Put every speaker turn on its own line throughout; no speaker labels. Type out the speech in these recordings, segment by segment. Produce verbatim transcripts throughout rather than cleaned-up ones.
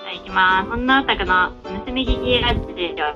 ゃあ行きます。女オタクの盗み聞きラジ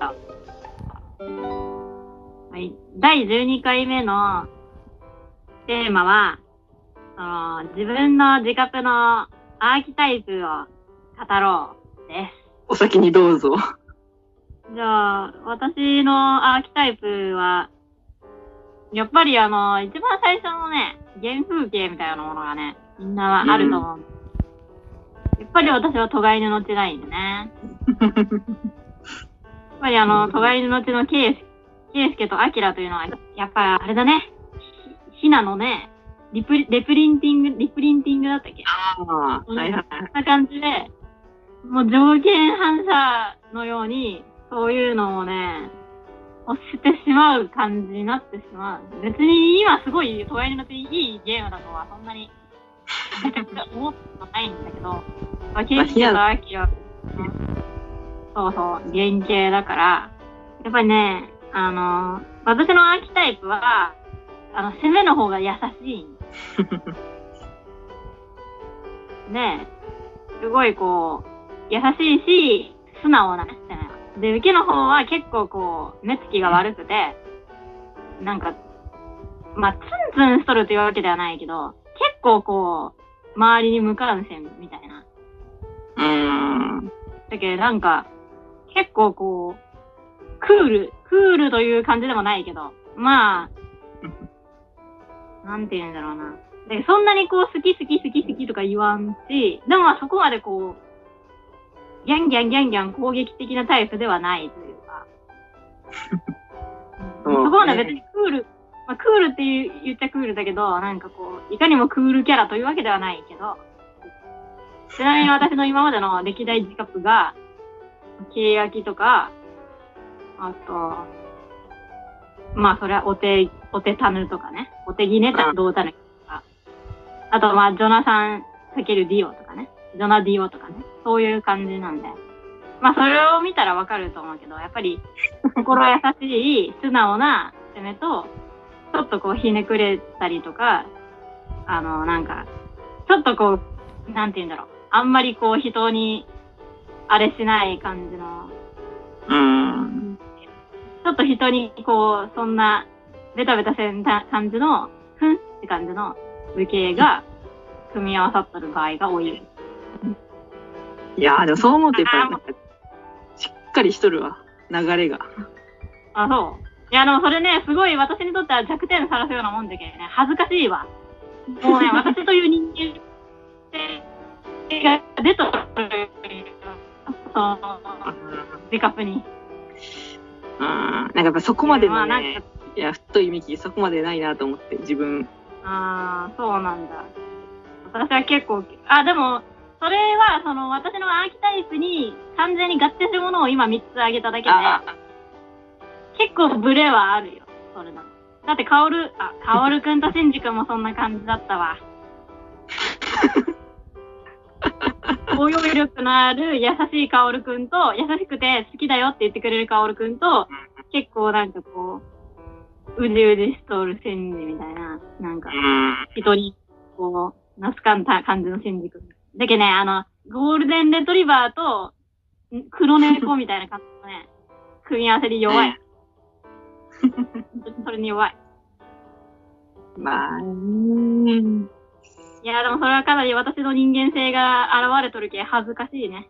オ。はい。だいじゅうにかいめのテーマは、その自分の自覚のアーキタイプを語ろうです。
お先にどうぞ。
じゃあ、私のアーキタイプは、やっぱりあの、一番最初のね、原風景みたいなものがね、みんなあると思う。うん、やっぱり私はトガ犬の血がいいんでね。やっぱりあの、トガ犬の血のケイスケイスケとアキラというのは、やっぱあれだね、ヒナのね、リプリ、レプリンティング、リプリンティングだったっけ？
ああ、はいはい。
そんな感じで、もう条件反射のように、そういうのをね、押してしまう感じになってしまう。別に今すごいトガ犬の血いいゲームだとはそんなにめちゃくちゃ思ってないんだけど、ケイスケとアキラ、そうそう、原型だから、やっぱりね、あの、私のアーキタイプは、あの、攻めの方が優しい。ねえ、すごいこう、優しいし、素直なね、攻め。で、受けの方は結構こう、目つきが悪くて、なんか、まあ、ツンツンしとるというわけではないけど、結構こう、周りに無関心みたいな。
うーん。
だけどなんか、結構こう、クール、クールという感じでもないけど、まあ、なんて言うんだろうな。で、そんなにこう、好き好き好き好きとか言わんし、でもまあそこまでこう、ギャンギャンギャンギャン攻撃的なタイプではないというか。そこまで別にクール、まあクールって言っちゃクールだけど、なんかこう、いかにもクールキャラというわけではないけど、ちなみに私の今までの歴代自覚が、ケイアキとか、あと、まあそれはお手、お手タヌとかね。お手ギネタ、ドータヌとか。あとまあジョナサンかけるディオとかね。ジョナディオとかね。そういう感じなんで。まあそれを見たらわかると思うけど、やっぱり心優しい、素直な攻めと、ちょっとこうひねくれたりとか、あのなんか、ちょっとこう、なんて言うんだろう。あんまりこう人にあれしない感じの、
うーん。
ちょっと人にこう、そんなベタベタせん感じの、ふんって感じの武形が組み合わさってる場合が多い。
いやーでもそう思うとやっぱりなんかしっかりしとるわ、流れが。
あ、そう。いやでもそれね、すごい私にとっては弱点さらすようなもんだけどね、恥ずかしいわ。もうね、私という人間が出とる、その、自覚に。
うん。なんかやっぱそこまでのね、
まあなんか
いや、太い幹そこまでないなと思って、自分。
ああ、そうなんだ。私は結構、あ、でも、それは、その、私のアーキタイプに完全に合致するものを今みっつ挙げただけで、結構ブレはあるよ、それなの。だって、カオル、あ、カオルくんとシンジくんもそんな感じだったわ。包容力のある優しいカオルくんと、優しくて好きだよって言ってくれるカオルくんと、結構なんかこう、うじうじしとるシンジみたいな、なんか、人に、こう、懐かんだ感じのシンジくん。だけどね、あの、ゴールデンレトリバーと、黒猫みたいな感じのね、組み合わせで弱い。それに弱い。
まあ、ね、
いや、でもそれはかなり私の人間性が現れとるけ恥ずかしいね。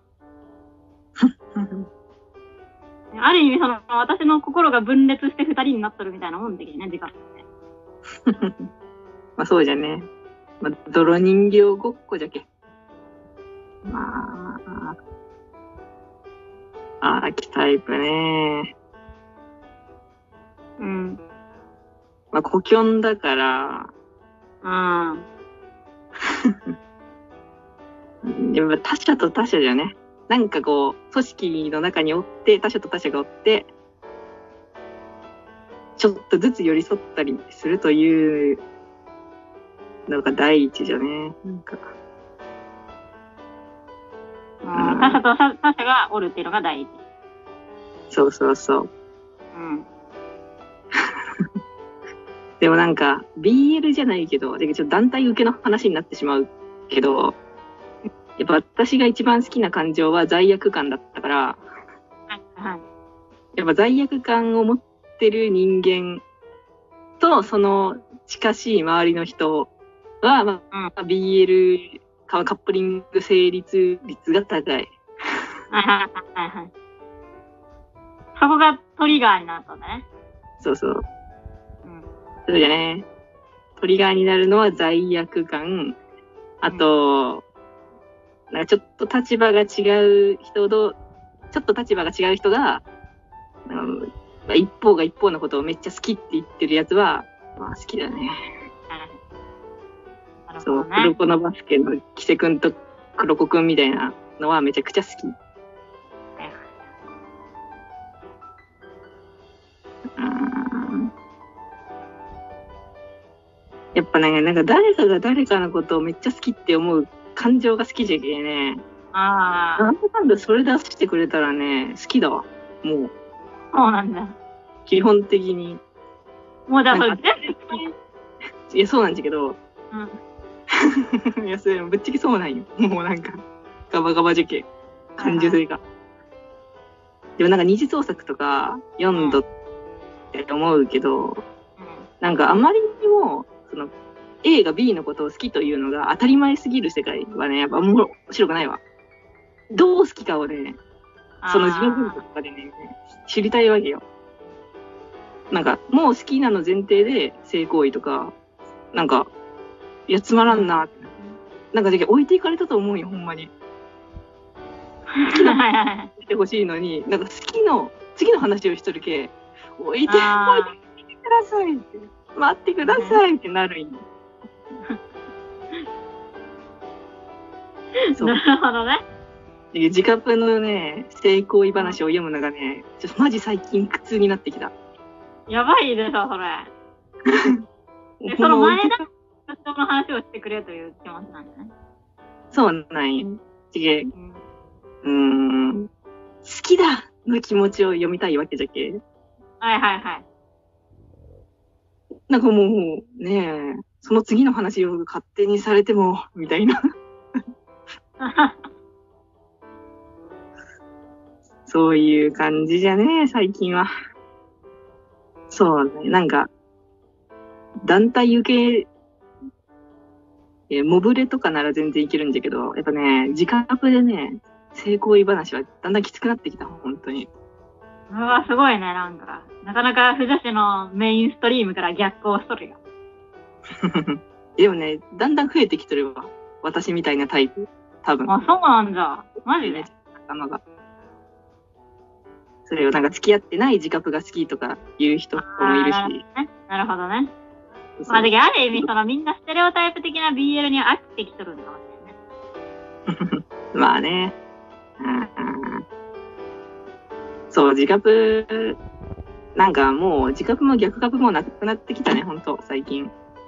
ある意味その、私の心が分裂して二人になっとるみたいなもんだけどね、自覚って。
まあそうじゃね。まあ、泥人形ごっこじゃけ。まあ、アーキタイプね。
うん。
まあ、コキョンだから。
うん。
でも他者と他者じゃね。なんかこう、組織の中におって、他者と他者がおって、ちょっとずつ寄り添ったりするというのが第一じゃね。なんか。
うん、他者と他者がおるっていうのが第一。
そうそうそう。
うん。
でもなんか、ビーエル じゃないけど、ちょっと団体受けの話になってしまうけど、 やっぱ私が一番好きな感情は罪悪感だったから、
はいはい。
やっぱ罪悪感を持ってる人間と、その近しい周りの人は、まあうん、ビーエル カップリング成立率が高い。
はいはいはいはい。そこがトリガーになったんだね。
そうそう。うん。そうじゃね。トリガーになるのは罪悪感。あと、うん、なんかちょっと立場が違う人と、ちょっと立場が違う人が、うん、一方が一方のことをめっちゃ好きって言ってるやつは、まあ好きだね。うん、そう、黒子のバスケのキセ君と黒子君みたいなのはめちゃくちゃ好き。やっぱね、なんか誰かが誰かのことをめっちゃ好きって思う感情が好きじゃけね。ああ。なんだかんだそれ出してくれたらね、好きだわ。もう。
そうなんだ。
基本的に。
もうだから全部
好き。いや、そうなんだけど。うん。いや、それぶっちゃけそうなんよ。もうなんか、ガバガバじゃけ。感受性が。でもなんか二次創作とか読んどって思うけど、うん、なんかあまりにも、その A が B のことを好きというのが当たり前すぎる世界はね、やっぱ面白くないわ。どう好きかをね、その自分文化とかでね、知りたいわけよ。なんか、もう好きなの前提で性行為とか、なんか、いや、つまらんなって。なんか、で置いていかれたと思うよ、ほんまに。好きなしてほしいのに、なんか好きの、次の話をしとるけ、置いて、置いてくださいって。待ってくださいってなるんよ。
なるほどね。
自カップのね、性行為話を読むのがね、ちょっとマジ最近苦痛になってきた。
やばいでしょ、それ。でその前だ、その話をしてくれという気持ちなんだね。
そうなんよ。違う。うーん。好きだの気持ちを読みたいわけじゃけ。
はいはいはい。
なんかもう、ねえ、その次の話を勝手にされても、みたいな。そういう感じじゃねえ、最近は。そうね、なんか、団体受け、えモブレとかなら全然いけるんだけど、やっぱね、自カップでね、性行為話はだんだんきつくなってきた、本当に。
うわ、すごいね、なんか。なかなか不女子のメインストリームから逆行しとるよ。
でもね、だんだん増えてきてるわ。私みたいなタイプ。多分。
あ、そうなんだ。マジで
頭が。それをなんか付き合ってない自カップが好きとか言う人もいるし。
なるほどね。なるほどね。まあ、だけどある意味、そのみんなステレオタイプ的な ビーエル に飽きてきとるんだもんね。
まあね。うんそう、自カップ、なんかもう自カップも逆カップもなくなってきたね、ほんと、最近。うん。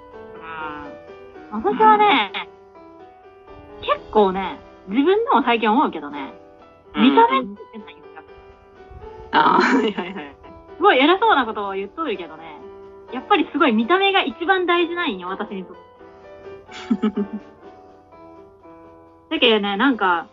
私はね、うん、結構ね、自分でも最近思うけどね、見た目って言ってないよ。
ああ、はいはいはい。
すごい偉そうなことを言っとるけどね、やっぱりすごい見た目が一番大事なんよ、私にとって。だけどね、なんか、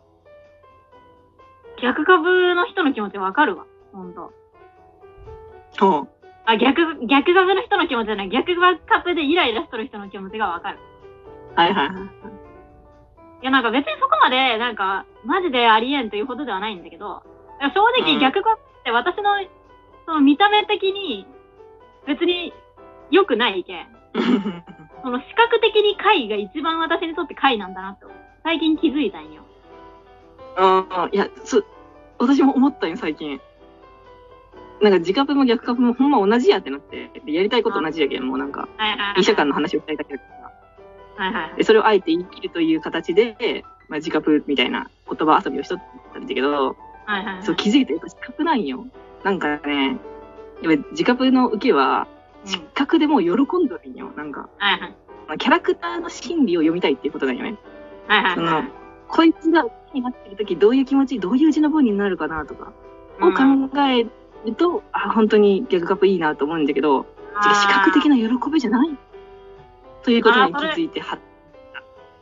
逆株の人の気持ちわかるわ、ほんと。
そう。
あ、逆、逆株の人の気持ちじゃない、逆株でイライラしとる人の気持ちがわかる。
はいはいはい。い
や、なんか別にそこまで、なんか、マジでありえんというほどではないんだけど、正直逆株って私の、その見た目的に、別に良くない意見。その視覚的に怪が一番私にとって怪なんだなって最近気づいたんよ。
ああ、いや、そ、私も思ったよ、最近。なんか自カップも逆カップもほんま同じやってなって、やりたいこと同じやけん、もうなんか、医者間の話をしたいだけだから。はいはい。で、それをあえて言い切るという形で、まあ自カップみたいな言葉遊びをしとったんだけど、はいはいはい、そう気づいたらやっぱ自カップなんよ。なんかね、やっぱ自カップの受けは、失格でもう喜んどるんよ、なんか。はいはい。まあ、キャラクターの心理を読みたいっていうことだよね。はいはい、はい。その、こいつが受けになってる時どういう気持ち、どういう字の文になるかなとか、を考えると、うん、あ、本当に逆カップいいなと思うんだけど、視覚的な喜びじゃないということに気づいてはった。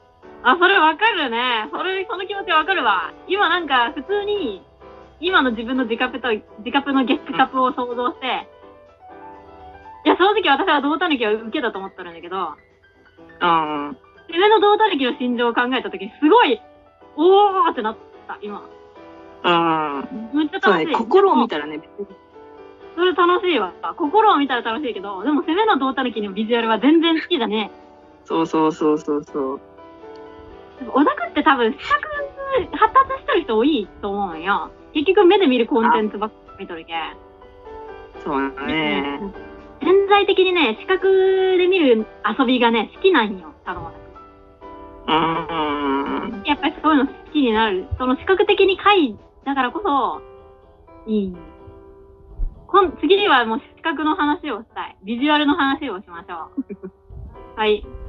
あ、それわかるね。それ、その気持ちわかるわ。今なんか、普通に、今の自分の自カプと、自カプのゲスカプを想像して、いや、正直私は胴たぬきは受けだと思ったんだけど、
ああ。
自分の胴たぬきの心情を考えたときに、すごい、おーってなった、今。
ああ。
めっちゃ楽しい。
そうね、心を見たらね、
それ楽しいわ。心を見たら楽しいけど、でも攻めの胴たぬきのビジュアルは全然好きだね。
そうそうそうそうそう。
オタクって多分、視覚発達してる人多いと思うんよ。結局目で見るコンテンツばっかり見とるけ。
そうだね。
潜在的にね、視覚で見る遊びがね、好きなんよ、多分。
うん。
やっぱりそういうの好きになる。その視覚的に回だからこそ、いい。こん次はもう視覚の話をしたい。ビジュアルの話をしましょう。はい。